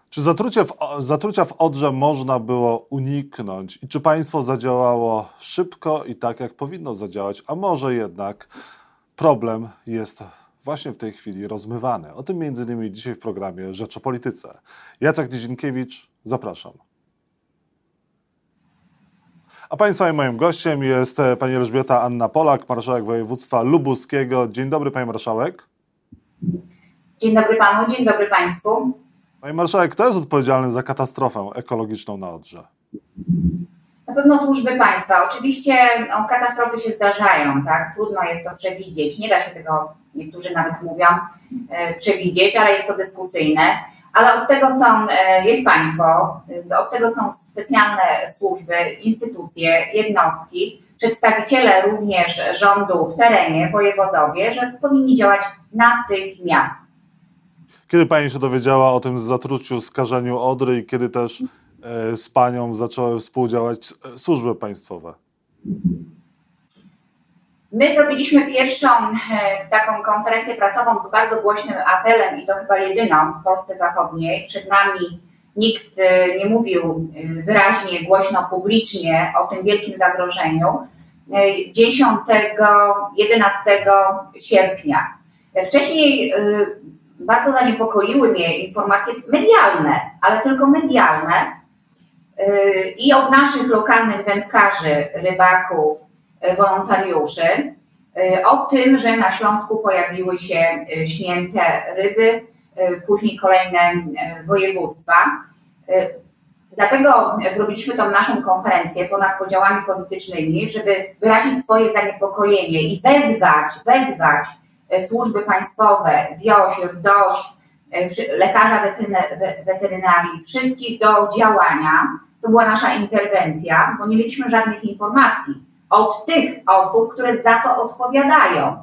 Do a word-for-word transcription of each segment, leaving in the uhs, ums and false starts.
Czy zatrucie w, zatrucia w Odrze można było uniknąć i czy państwo zadziałało szybko i tak, jak powinno zadziałać, a może jednak problem jest właśnie w tej chwili rozmywany? O tym między innymi dzisiaj w programie Rzecz o Polityce. Jacek Niedźwiękiewicz, zapraszam. A państwa i moim gościem jest pani Elżbieta Anna Polak, marszałek województwa lubuskiego. Dzień dobry, pani marszałek. Dzień dobry panu, dzień dobry państwu. Pani marszałek, kto jest odpowiedzialny za katastrofę ekologiczną na Odrze? Na pewno służby państwa. Oczywiście no, katastrofy się zdarzają, tak? Trudno jest to przewidzieć. Nie da się tego, niektórzy nawet mówią, e, przewidzieć, ale jest to dyskusyjne. Ale od tego są, e, jest państwo, e, od tego są specjalne służby, instytucje, jednostki, przedstawiciele również rządu w terenie, wojewodowie, że powinni działać natychmiast. Kiedy pani się dowiedziała o tym zatruciu, skażeniu Odry i kiedy też e, z panią zaczęły współdziałać służby państwowe? My zrobiliśmy pierwszą e, taką konferencję prasową z bardzo głośnym apelem i to chyba jedyną w Polsce Zachodniej. Przed nami nikt e, nie mówił e, wyraźnie, głośno, publicznie o tym wielkim zagrożeniu. E, dziesiątego, jedenastego sierpnia. E, wcześniej e, bardzo zaniepokoiły mnie informacje medialne, ale tylko medialne i od naszych lokalnych wędkarzy, rybaków, wolontariuszy o tym, że na Śląsku pojawiły się śnięte ryby, później kolejne województwa. Dlatego zrobiliśmy tą naszą konferencję ponad podziałami politycznymi, żeby wyrazić swoje zaniepokojenie i wezwać, wezwać służby państwowe, WIOŚ, RDOŚ, lekarza weterynarii, wszystkich do działania. To była nasza interwencja, bo nie mieliśmy żadnych informacji od tych osób, które za to odpowiadają.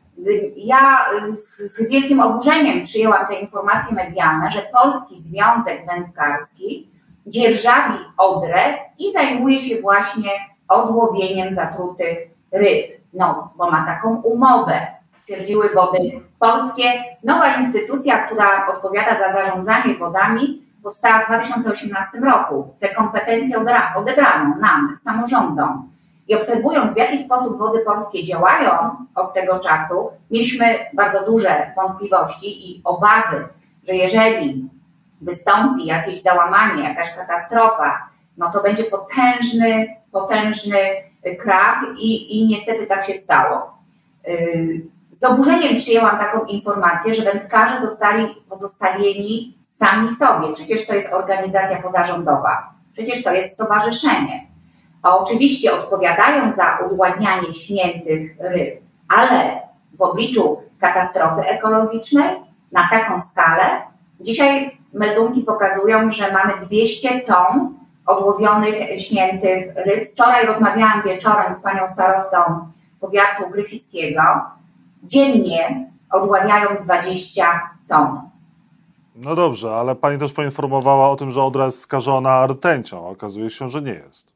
Ja z wielkim oburzeniem przyjęłam te informacje medialne, że Polski Związek Wędkarski dzierżawi Odrę i zajmuje się właśnie odłowieniem zatrutych ryb, no bo ma taką umowę. Twierdziły Wody Polskie. Nowa instytucja, która odpowiada za zarządzanie wodami, powstała w dwa tysiące osiemnastym roku. Te kompetencje odebrano nam, samorządom. I obserwując, w jaki sposób Wody Polskie działają od tego czasu, mieliśmy bardzo duże wątpliwości i obawy, że jeżeli wystąpi jakieś załamanie, jakaś katastrofa, no to będzie potężny, potężny krach i, i niestety tak się stało. Z oburzeniem przyjęłam taką informację, że wędkarze zostali pozostawieni sami sobie. Przecież to jest organizacja pozarządowa, przecież to jest stowarzyszenie. A oczywiście odpowiadają za udowadnianie śniętych ryb, ale w obliczu katastrofy ekologicznej na taką skalę, dzisiaj meldunki pokazują, że mamy dwieście ton odłowionych śniętych ryb. Wczoraj rozmawiałam wieczorem z panią starostą powiatu gryfickiego. Dziennie odławiają dwadzieścia ton. No dobrze, ale pani też poinformowała o tym, że Odra jest skażona rtęcią. Okazuje się, że nie jest.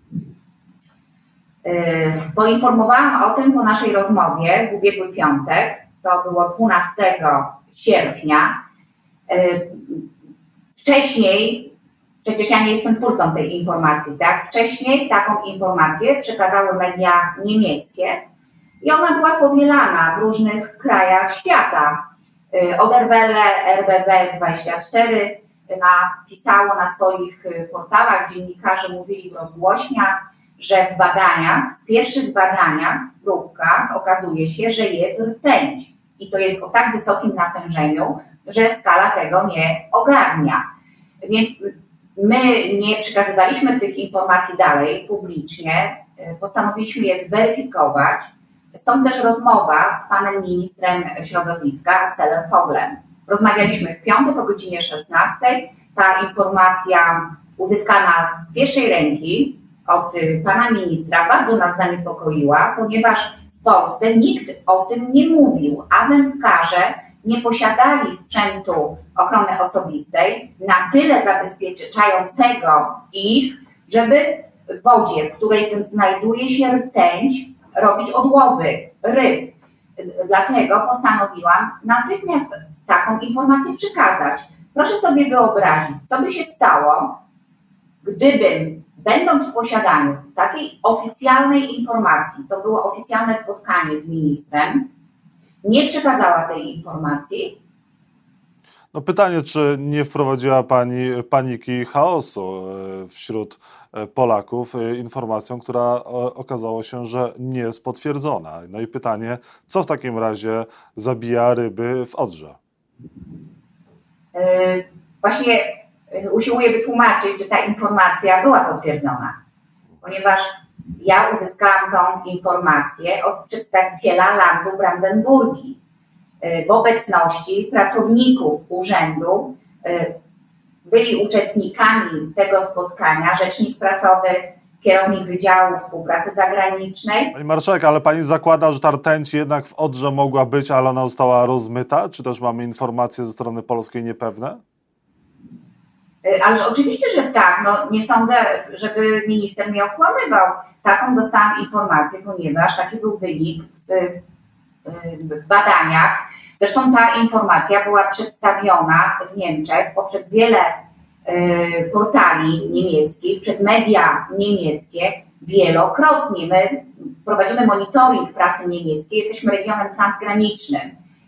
Yy, poinformowałam o tym po naszej rozmowie w ubiegły piątek. To było dwunastego sierpnia. Yy, wcześniej, przecież ja nie jestem twórcą tej informacji, tak? Wcześniej taką informację przekazały media niemieckie. I ona była powielana w różnych krajach świata. Oderwelle, R B B dwadzieścia cztery napisało na swoich portalach, dziennikarze mówili w rozgłośniach, że w badaniach, w pierwszych badaniach, w próbkach okazuje się, że jest rtęć. I to jest o tak wysokim natężeniu, że skala tego nie ogarnia. Więc my nie przekazywaliśmy tych informacji dalej publicznie, postanowiliśmy je zweryfikować. Stąd też rozmowa z panem ministrem środowiska Axelem Voglem. Rozmawialiśmy w piątek o godzinie szesnastej. Ta informacja uzyskana z pierwszej ręki od pana ministra bardzo nas zaniepokoiła, ponieważ w Polsce nikt o tym nie mówił, a wędkarze nie posiadali sprzętu ochrony osobistej na tyle zabezpieczającego ich, żeby w wodzie, w której znajduje się rtęć, robić odłowy ryb. Dlatego postanowiłam natychmiast taką informację przekazać. Proszę sobie wyobrazić, co by się stało, gdybym, będąc w posiadaniu takiej oficjalnej informacji, to było oficjalne spotkanie z ministrem, nie przekazała tej informacji. No pytanie, czy nie wprowadziła Pani paniki i chaosu wśród Polaków informacją, która okazało się, że nie jest potwierdzona. No i pytanie, co w takim razie zabija ryby w Odrze? Yy, właśnie usiłuję wytłumaczyć, że ta informacja była potwierdzona, ponieważ ja uzyskałam tą informację od przedstawiciela Landu Brandenburgii w obecności pracowników urzędu. Byli uczestnikami tego spotkania rzecznik prasowy, kierownik Wydziału Współpracy Zagranicznej. Pani marszałek, ale pani zakłada, że ta rtęć jednak w Odrze mogła być, ale ona została rozmyta? Czy też mamy informacje ze strony polskiej niepewne? Ależ oczywiście, że tak. No, nie sądzę, żeby minister mnie okłamywał. Taką dostałam informację, ponieważ taki był wynik w, w badaniach. Zresztą ta informacja była przedstawiona w Niemczech poprzez wiele y, portali niemieckich, przez media niemieckie wielokrotnie. My prowadzimy monitoring prasy niemieckiej, jesteśmy regionem transgranicznym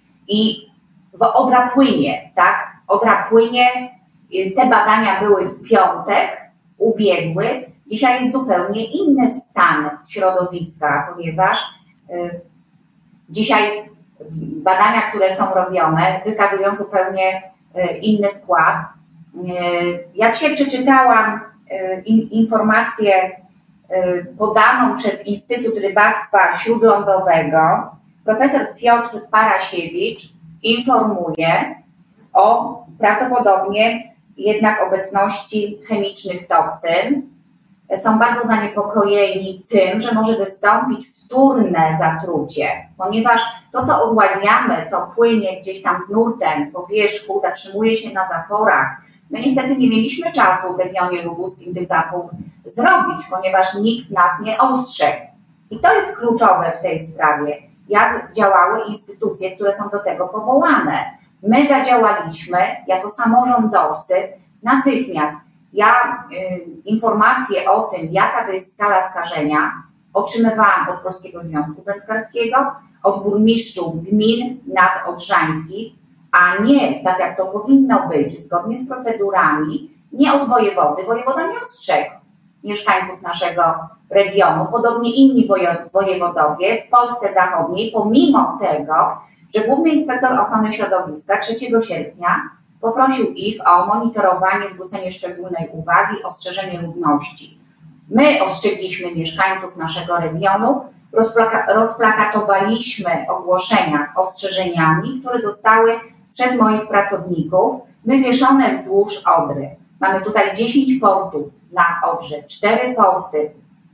i w Odra płynie, tak? Odra płynie. Te badania były w piątek ubiegły. Dzisiaj jest zupełnie inny stan środowiska, ponieważ y, dzisiaj badania, które są robione, wykazują zupełnie y, inny skład. Y, jak się przeczytałam y, informację y, podaną przez Instytut Rybactwa Śródlądowego, profesor Piotr Parasiewicz informuje o prawdopodobnie jednak obecności chemicznych toksyn. Są bardzo zaniepokojeni tym, że może wystąpić wtórne zatrucie, ponieważ to, co odławiamy, to płynie gdzieś tam z nurtem po wierzchu, zatrzymuje się na zaporach. My niestety nie mieliśmy czasu w regionie lubuskim tych zapór zrobić, ponieważ nikt nas nie ostrzegł. I to jest kluczowe w tej sprawie, jak działały instytucje, które są do tego powołane. My zadziałaliśmy jako samorządowcy natychmiast. Ja y, informacje o tym, jaka to jest skala skażenia, otrzymywałam od Polskiego Związku Wędkarskiego, od burmistrzów gmin nadodrzańskich, a nie, tak jak to powinno być, zgodnie z procedurami, nie od wojewody. Wojewoda nie ostrzegł mieszkańców naszego regionu, podobnie inni wojewodowie w Polsce Zachodniej, pomimo tego, że Główny Inspektor Ochrony Środowiska trzeciego sierpnia poprosił ich o monitorowanie, zwrócenie szczególnej uwagi, ostrzeżenie ludności. My ostrzegliśmy mieszkańców naszego regionu, rozplaka- rozplakatowaliśmy ogłoszenia z ostrzeżeniami, które zostały przez moich pracowników wywieszone wzdłuż Odry. Mamy tutaj dziesięć portów na Odrze, cztery porty.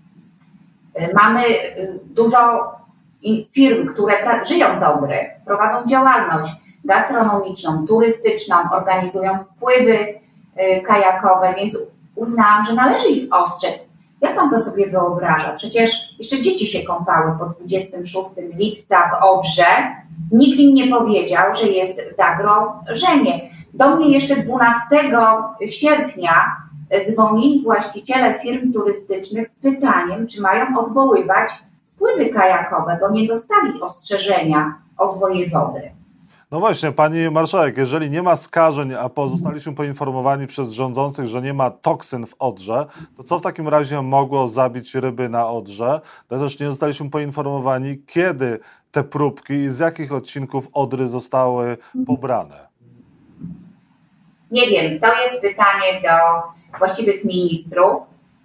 Mamy dużo firm, które żyją z Odry, prowadzą działalność gastronomiczną, turystyczną, organizują spływy kajakowe, więc uznałam, że należy ich ostrzec. Jak pan to sobie wyobraża? Przecież jeszcze dzieci się kąpały po dwudziestego szóstego lipca w Odrze. Nikt im nie powiedział, że jest zagrożenie. Do mnie jeszcze dwunastego sierpnia dzwonili właściciele firm turystycznych z pytaniem, czy mają odwoływać spływy kajakowe, bo nie dostali ostrzeżenia od wojewody. No właśnie, pani marszałek, jeżeli nie ma skażeń, a pozostaliśmy poinformowani przez rządzących, że nie ma toksyn w Odrze, to co w takim razie mogło zabić ryby na Odrze? To też nie zostaliśmy poinformowani, kiedy te próbki i z jakich odcinków Odry zostały pobrane. Nie wiem, to jest pytanie do właściwych ministrów.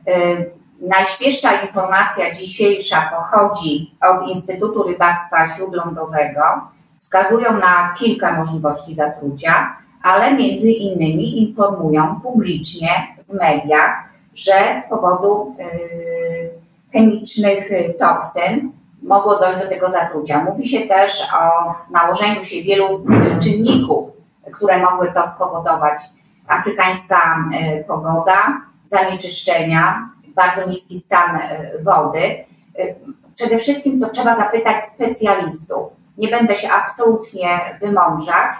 Najświeższa informacja dzisiejsza pochodzi od Instytutu Rybactwa Śródlądowego. Wskazują na kilka możliwości zatrucia, ale między innymi informują publicznie w mediach, że z powodu yy, chemicznych toksyn mogło dojść do tego zatrucia. Mówi się też o nałożeniu się wielu czynników, które mogły to spowodować. Afrykańska yy, pogoda, zanieczyszczenia, bardzo niski stan yy, wody. Yy, przede wszystkim to trzeba zapytać specjalistów. Nie będę się absolutnie wymądrzać.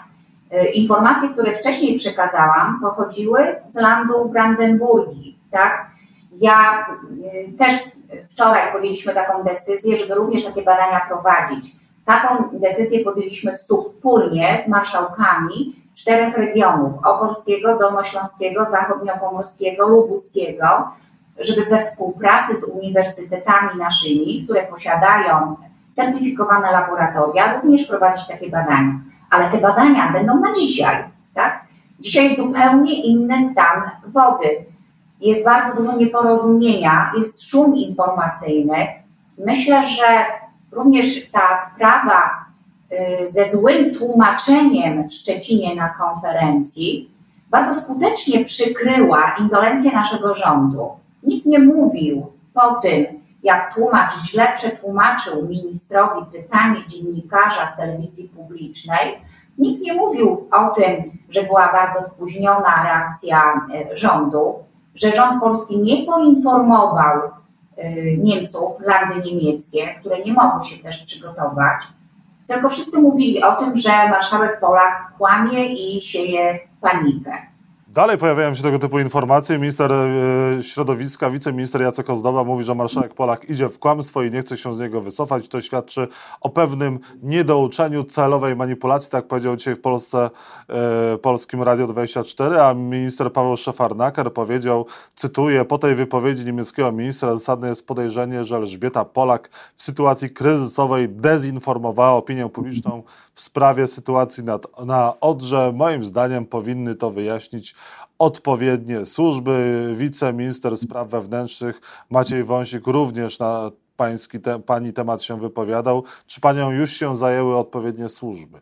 Informacje, które wcześniej przekazałam, pochodziły z landu Brandenburgii, tak? Ja też wczoraj podjęliśmy taką decyzję, żeby również takie badania prowadzić. Taką decyzję podjęliśmy wspólnie z marszałkami czterech regionów: opolskiego, dolnośląskiego, zachodniopomorskiego, lubuskiego, żeby we współpracy z uniwersytetami naszymi, które posiadają certyfikowane laboratoria, również prowadzić takie badania. Ale te badania będą na dzisiaj, tak? Dzisiaj jest zupełnie inny stan wody. Jest bardzo dużo nieporozumienia, jest szum informacyjny. Myślę, że również ta sprawa ze złym tłumaczeniem w Szczecinie na konferencji bardzo skutecznie przykryła indolencję naszego rządu. Nikt nie mówił po tym, jak tłumacz źle przetłumaczył ministrowi pytanie dziennikarza z telewizji publicznej. Nikt nie mówił o tym, że była bardzo spóźniona reakcja rządu, że rząd polski nie poinformował Niemców, landy niemieckie, które nie mogły się też przygotować, tylko wszyscy mówili o tym, że marszałek Polak kłamie i sieje panikę. Dalej pojawiają się tego typu informacje. Minister środowiska, wiceminister Jacek Ozdoba mówi, że marszałek Polak idzie w kłamstwo i nie chce się z niego wycofać. To świadczy o pewnym niedouczeniu, celowej manipulacji, tak powiedział dzisiaj w Polsce e, Polskim Radio dwadzieścia cztery, a minister Paweł Szefernaker powiedział, cytuję, po tej wypowiedzi niemieckiego ministra zasadne jest podejrzenie, że Elżbieta Polak w sytuacji kryzysowej dezinformowała opinię publiczną w sprawie sytuacji na, na Odrze. Moim zdaniem powinny to wyjaśnić odpowiednie służby. Wiceminister spraw wewnętrznych Maciej Wąsik również na pański te, pani temat się wypowiadał. Czy panią już się zajęły odpowiednie służby?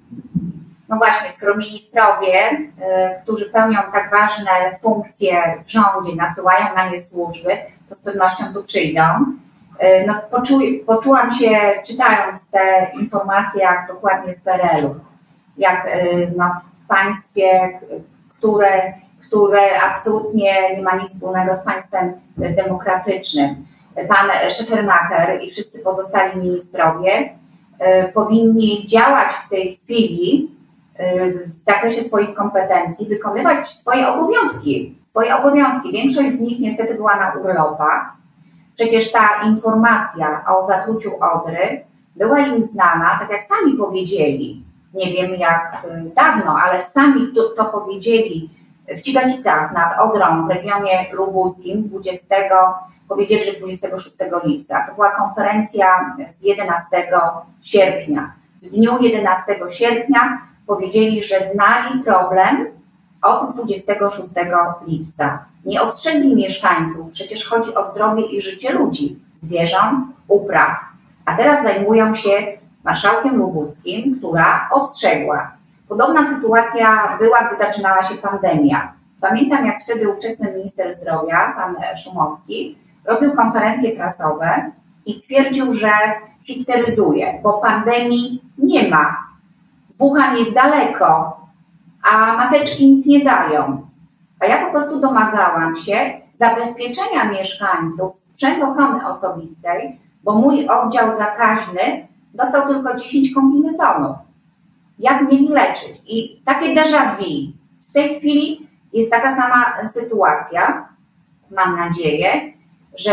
No właśnie, skoro ministrowie, y, którzy pełnią tak ważne funkcje w rządzie, nasyłają na nie służby, to z pewnością tu przyjdą. Y, no, poczu, poczułam się, czytając te informacje, jak dokładnie w P R L u, jak y, no, w państwie, które, które absolutnie nie ma nic wspólnego z państwem demokratycznym. Pan Szefernaker i wszyscy pozostali ministrowie y, powinni działać w tej chwili y, w zakresie swoich kompetencji, wykonywać swoje obowiązki. Swoje obowiązki. Większość z nich niestety była na urlopach. Przecież ta informacja o zatruciu Odry była im znana, tak jak sami powiedzieli. Nie wiem jak dawno, ale sami to, to powiedzieli w Cigacicach nad Odrą w regionie lubuskim dwudziestego, powiedzieli, że dwudziestego szóstego lipca. To była konferencja z jedenastego sierpnia. W dniu jedenastego sierpnia powiedzieli, że znali problem od dwudziestego szóstego lipca. Nie ostrzegli mieszkańców, przecież chodzi o zdrowie i życie ludzi, zwierząt, upraw. A teraz zajmują się marszałkiem lubuskim, która ostrzegła. Podobna sytuacja była, gdy zaczynała się pandemia. Pamiętam, jak wtedy ówczesny minister zdrowia, pan Szumowski, robił konferencje prasowe i twierdził, że histeryzuje, bo pandemii nie ma. Wuhan jest daleko, a maseczki nic nie dają. A ja po prostu domagałam się zabezpieczenia mieszkańców sprzęt ochrony osobistej, bo mój oddział zakaźny dostał tylko dziesięć kombinezonów. Jak mieli leczyć? I takie déjà vu. W tej chwili jest taka sama sytuacja. Mam nadzieję, że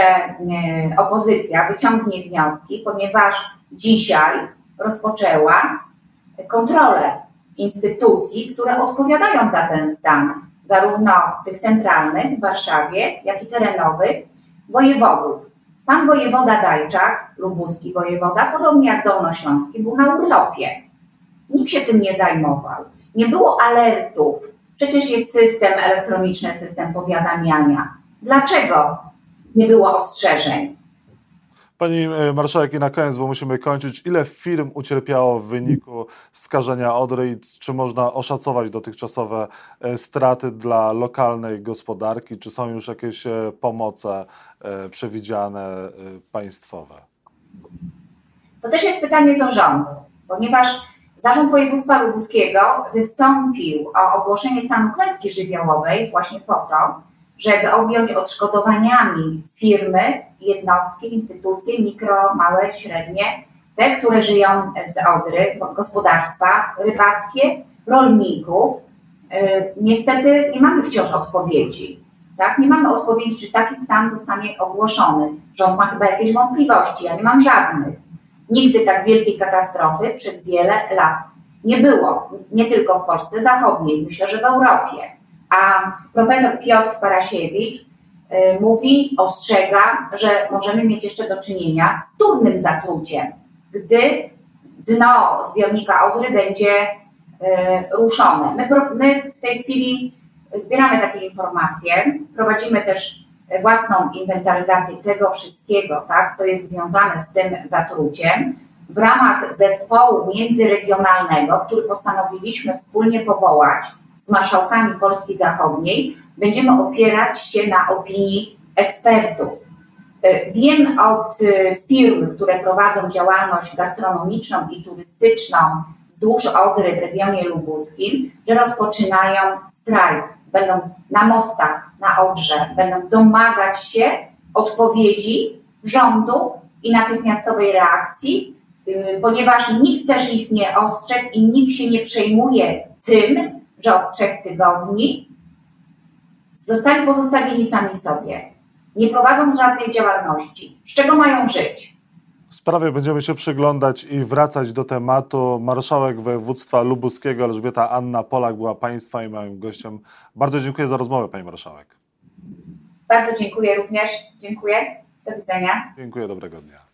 opozycja wyciągnie wnioski, ponieważ dzisiaj rozpoczęła kontrolę instytucji, które odpowiadają za ten stan, zarówno tych centralnych w Warszawie, jak i terenowych wojewodów. Pan wojewoda Dajczak, lubuski wojewoda, podobnie jak dolnośląski, był na urlopie. Nikt się tym nie zajmował. Nie było alertów. Przecież jest system elektroniczny, system powiadamiania. Dlaczego nie było ostrzeżeń? Pani marszałek, i na koniec, bo musimy kończyć. Ile firm ucierpiało w wyniku skażenia Odry i czy można oszacować dotychczasowe straty dla lokalnej gospodarki? Czy są już jakieś pomoce przewidziane państwowe? To też jest pytanie do rządu, ponieważ Zarząd Województwa Lubuskiego wystąpił o ogłoszenie stanu klęski żywiołowej właśnie po to, żeby objąć odszkodowaniami firmy, jednostki, instytucje, mikro, małe, średnie, te, które żyją z Odry, gospodarstwa rybackie, rolników, niestety nie mamy wciąż odpowiedzi. Tak? Nie mamy odpowiedzi, czy taki stan zostanie ogłoszony. Rząd ma chyba jakieś wątpliwości, ja nie mam żadnych. Nigdy tak wielkiej katastrofy przez wiele lat nie było. Nie tylko w Polsce Zachodniej, myślę, że w Europie. A profesor Piotr Parasiewicz y, mówi, ostrzega, że możemy mieć jeszcze do czynienia z wtórnym zatruciem, gdy dno zbiornika Odry będzie y, ruszone. My, my w tej chwili zbieramy takie informacje, prowadzimy też własną inwentaryzację tego wszystkiego, tak, co jest związane z tym zatruciem w ramach zespołu międzyregionalnego, który postanowiliśmy wspólnie powołać z marszałkami Polski Zachodniej. Będziemy opierać się na opinii ekspertów. Wiem od firm, które prowadzą działalność gastronomiczną i turystyczną wzdłuż Odry w regionie lubuskim, że rozpoczynają strajk. Będą na mostach na Odrze, będą domagać się odpowiedzi rządu i natychmiastowej reakcji, ponieważ nikt też ich nie ostrzegł i nikt się nie przejmuje tym, że od trzech tygodni zostali pozostawieni sami sobie. Nie prowadzą żadnej działalności. Z czego mają żyć? W sprawie będziemy się przyglądać i wracać do tematu. Marszałek województwa lubuskiego Elżbieta Anna Polak była Państwa i moim gościem. Bardzo dziękuję za rozmowę, Pani Marszałek. Bardzo dziękuję również. Dziękuję. Do widzenia. Dziękuję, dobrego dnia.